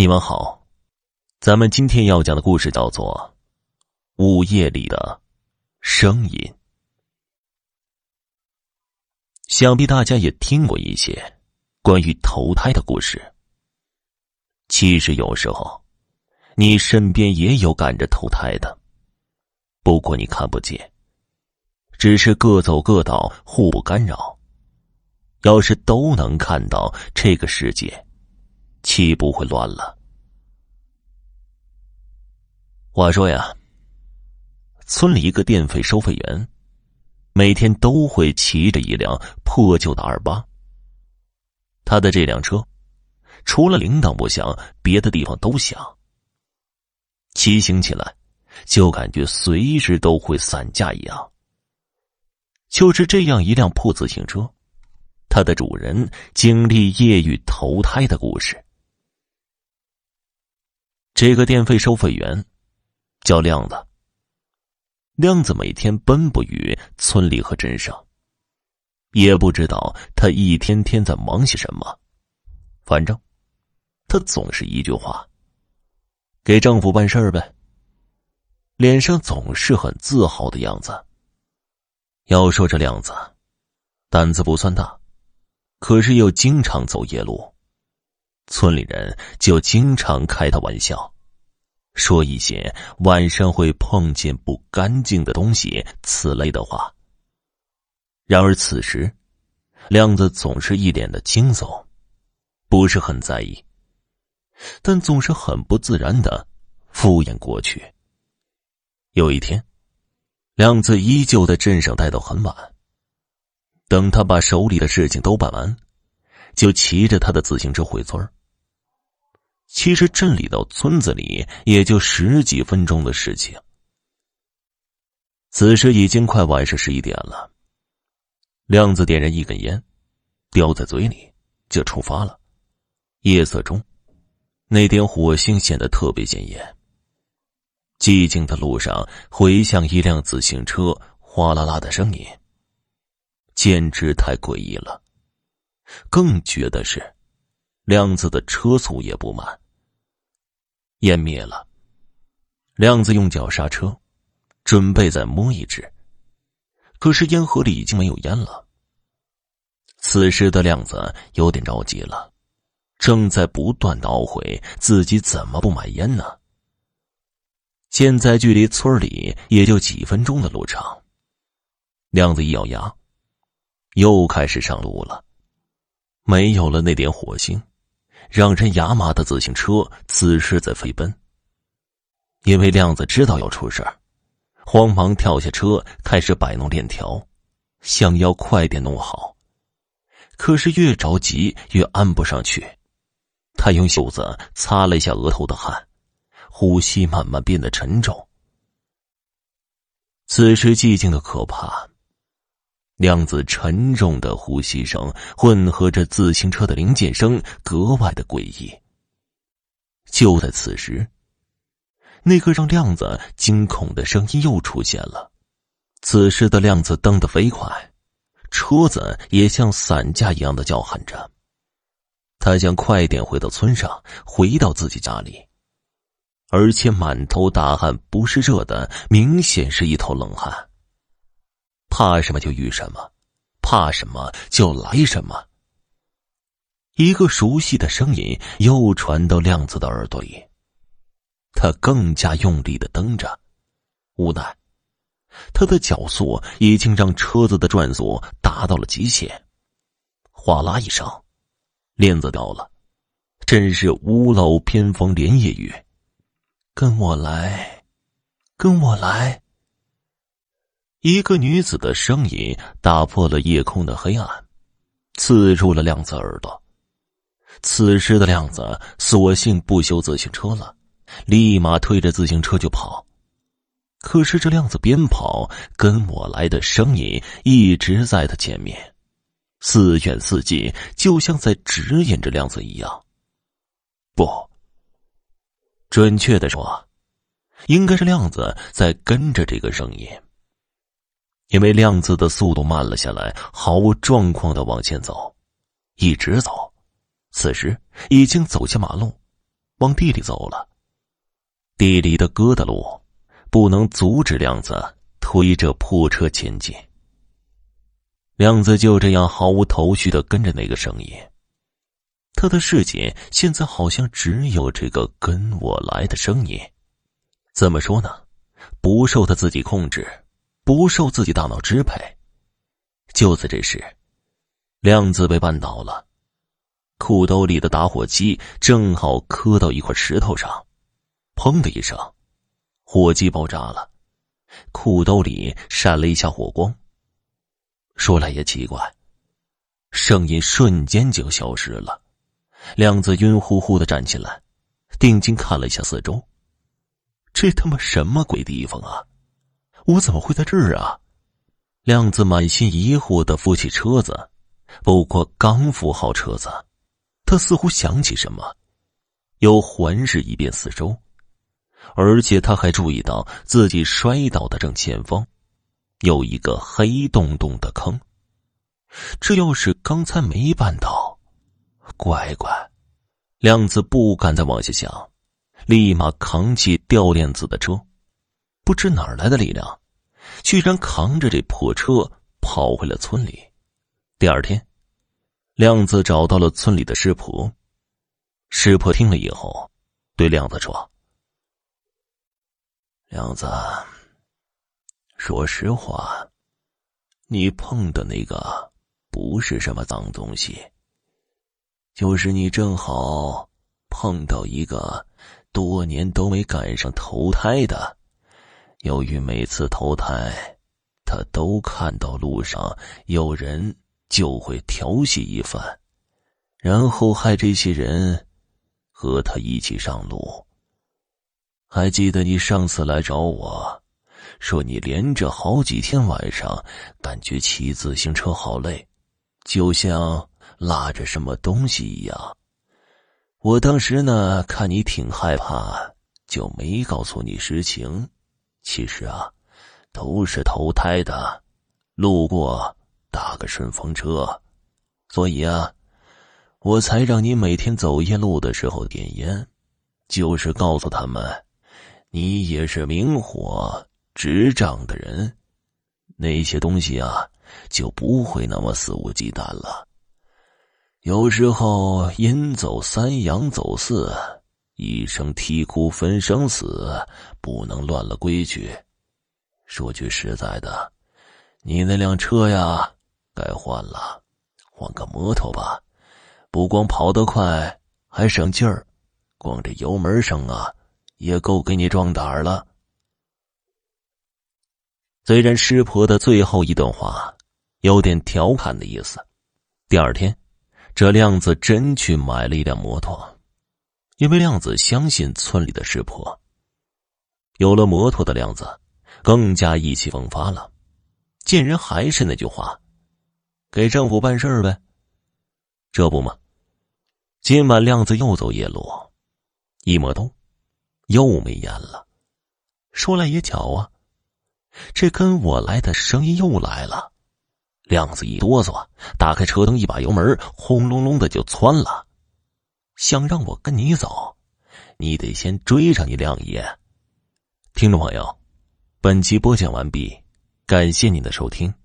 你们好，咱们今天要讲的故事叫做《午夜里的声音》。想必大家也听过一些关于投胎的故事。其实有时候你身边也有赶着投胎的，不过你看不见，只是各走各道，互不干扰。要是都能看到，这个世界岂不会乱了？话说呀，村里一个电费收费员每天都会骑着一辆破旧的28。他的这辆车除了铃铛不响，别的地方都响。骑行起来就感觉随时都会散架一样。就是这样一辆破自行车，它的主人经历业狱投胎的故事。这个电费收费员叫亮子。亮子每天奔波于村里和镇上，也不知道他一天天在忙些什么。反正他总是一句话：给政府办事儿呗。脸上总是很自豪的样子。要说这亮子胆子不算大，可是又经常走夜路，村里人就经常开他玩笑，说一些晚上会碰见不干净的东西此类的话。然而此时亮子总是一脸的轻松，不是很在意，但总是很不自然的敷衍过去。有一天，亮子依旧在镇上待到很晚，等他把手里的事情都办完，就骑着他的自行车回村。其实镇里到村子里也就10几分钟的事情。此时已经快晚上11点了，亮子点燃一根烟，叼在嘴里就出发了。夜色中，那点火星显得特别显眼。寂静的路上回响一辆自行车哗啦啦的声音，简直太诡异了。更绝的是，亮子的车速也不慢。烟灭了，亮子用脚刹车，准备再摸一支，可是烟盒里已经没有烟了。此时的亮子有点着急了，正在不断地懊悔自己怎么不买烟呢。现在距离村里也就几分钟的路程。亮子一咬牙，又开始上路了。没有了那点火星，让人牙麻的自行车此时在飞奔。因为亮子知道要出事儿，慌忙跳下车，开始摆弄链条，想要快点弄好。可是越着急越按不上去。他用袖子擦了一下额头的汗，呼吸慢慢变得沉重。此时寂静的可怕，亮子沉重的呼吸声混合着自行车的零件声，格外的诡异。就在此时，那个让亮子惊恐的声音又出现了。此时的亮子蹬得飞快，车子也像散架一样的叫喊着。他想快点回到村上，回到自己家里，而且满头大汗，不是热的，明显是一头冷汗。怕什么就遇什么，怕什么就来什么。一个熟悉的声音又传到亮子的耳朵里，他更加用力地蹬着，无奈他的脚速已经让车子的转速达到了极限。哗啦一声，链子掉了，真是屋漏偏逢连夜雨。跟我来，跟我来。一个女子的声音打破了夜空的黑暗，刺入了亮子耳朵。此时的亮子索性不修自行车了，立马推着自行车就跑。可是这亮子边跑，跟我来的声音一直在他前面，似远似近，就像在指引着亮子一样。不，准确的说，应该是亮子在跟着这个声音。因为亮子的速度慢了下来，毫无状况地往前走，一直走。此时已经走下马路， 往地里走了。地里的疙瘩路不能阻止亮子推着破车前进。亮子就这样毫无头绪地跟着那个声音，他的世界现在好像只有这个跟我来的声音。怎么说呢？不受他自己控制，不受自己大脑支配。就在这时，亮子被绊倒了，裤兜里的打火机正好磕到一块石头上，砰的一声，火机爆炸了，裤兜里闪了一下火光。说来也奇怪，声音瞬间就消失了。亮子晕乎乎的站起来，定睛看了一下四周，这他妈什么鬼地方啊？我怎么会在这儿啊？亮子满心疑惑地扶起车子，不过刚扶好车子，他似乎想起什么，又环视一遍四周，而且他还注意到自己摔倒的正前方有一个黑洞洞的坑。这要是刚才没绊倒，乖乖。亮子不敢再往下想，立马扛起掉链子的车，不知哪儿来的力量，居然扛着这破车跑回了村里。第二天，亮子找到了村里的师婆。师婆听了以后对亮子说：亮子，说实话，你碰的那个不是什么脏东西，就是你正好碰到一个多年都没赶上投胎的。由于每次投胎他都看到路上有人就会调戏一番，然后害这些人和他一起上路。还记得你上次来找我，说你连着好几天晚上感觉骑自行车好累，就像拉着什么东西一样。我当时呢，看你挺害怕，就没告诉你实情。其实啊，都是投胎的，路过打个顺风车，所以啊，我才让你每天走夜路的时候点烟，就是告诉他们你也是明火执仗的人，那些东西啊就不会那么肆无忌惮了。有时候阴走三阳走四，一声啼哭分生死，不能乱了规矩。说句实在的，你那辆车呀该换了，换个摩托吧，不光跑得快还省劲儿，光这油门声啊也够给你壮胆了。虽然师婆的最后一段话有点调侃的意思，第二天这亮子真去买了一辆摩托，因为亮子相信村里的师婆。有了摩托的亮子更加意气风发了，见人还是那句话，给政府办事儿呗。这不嘛，今晚亮子又走夜路，一摸兜又没烟了。说来也巧啊，这跟我来的声音又来了。亮子一哆嗦，打开车灯，一把油门，轰隆隆的就窜了。想让我跟你走，你得先追上你亮爷。听众朋友，本集播讲完毕，感谢您的收听。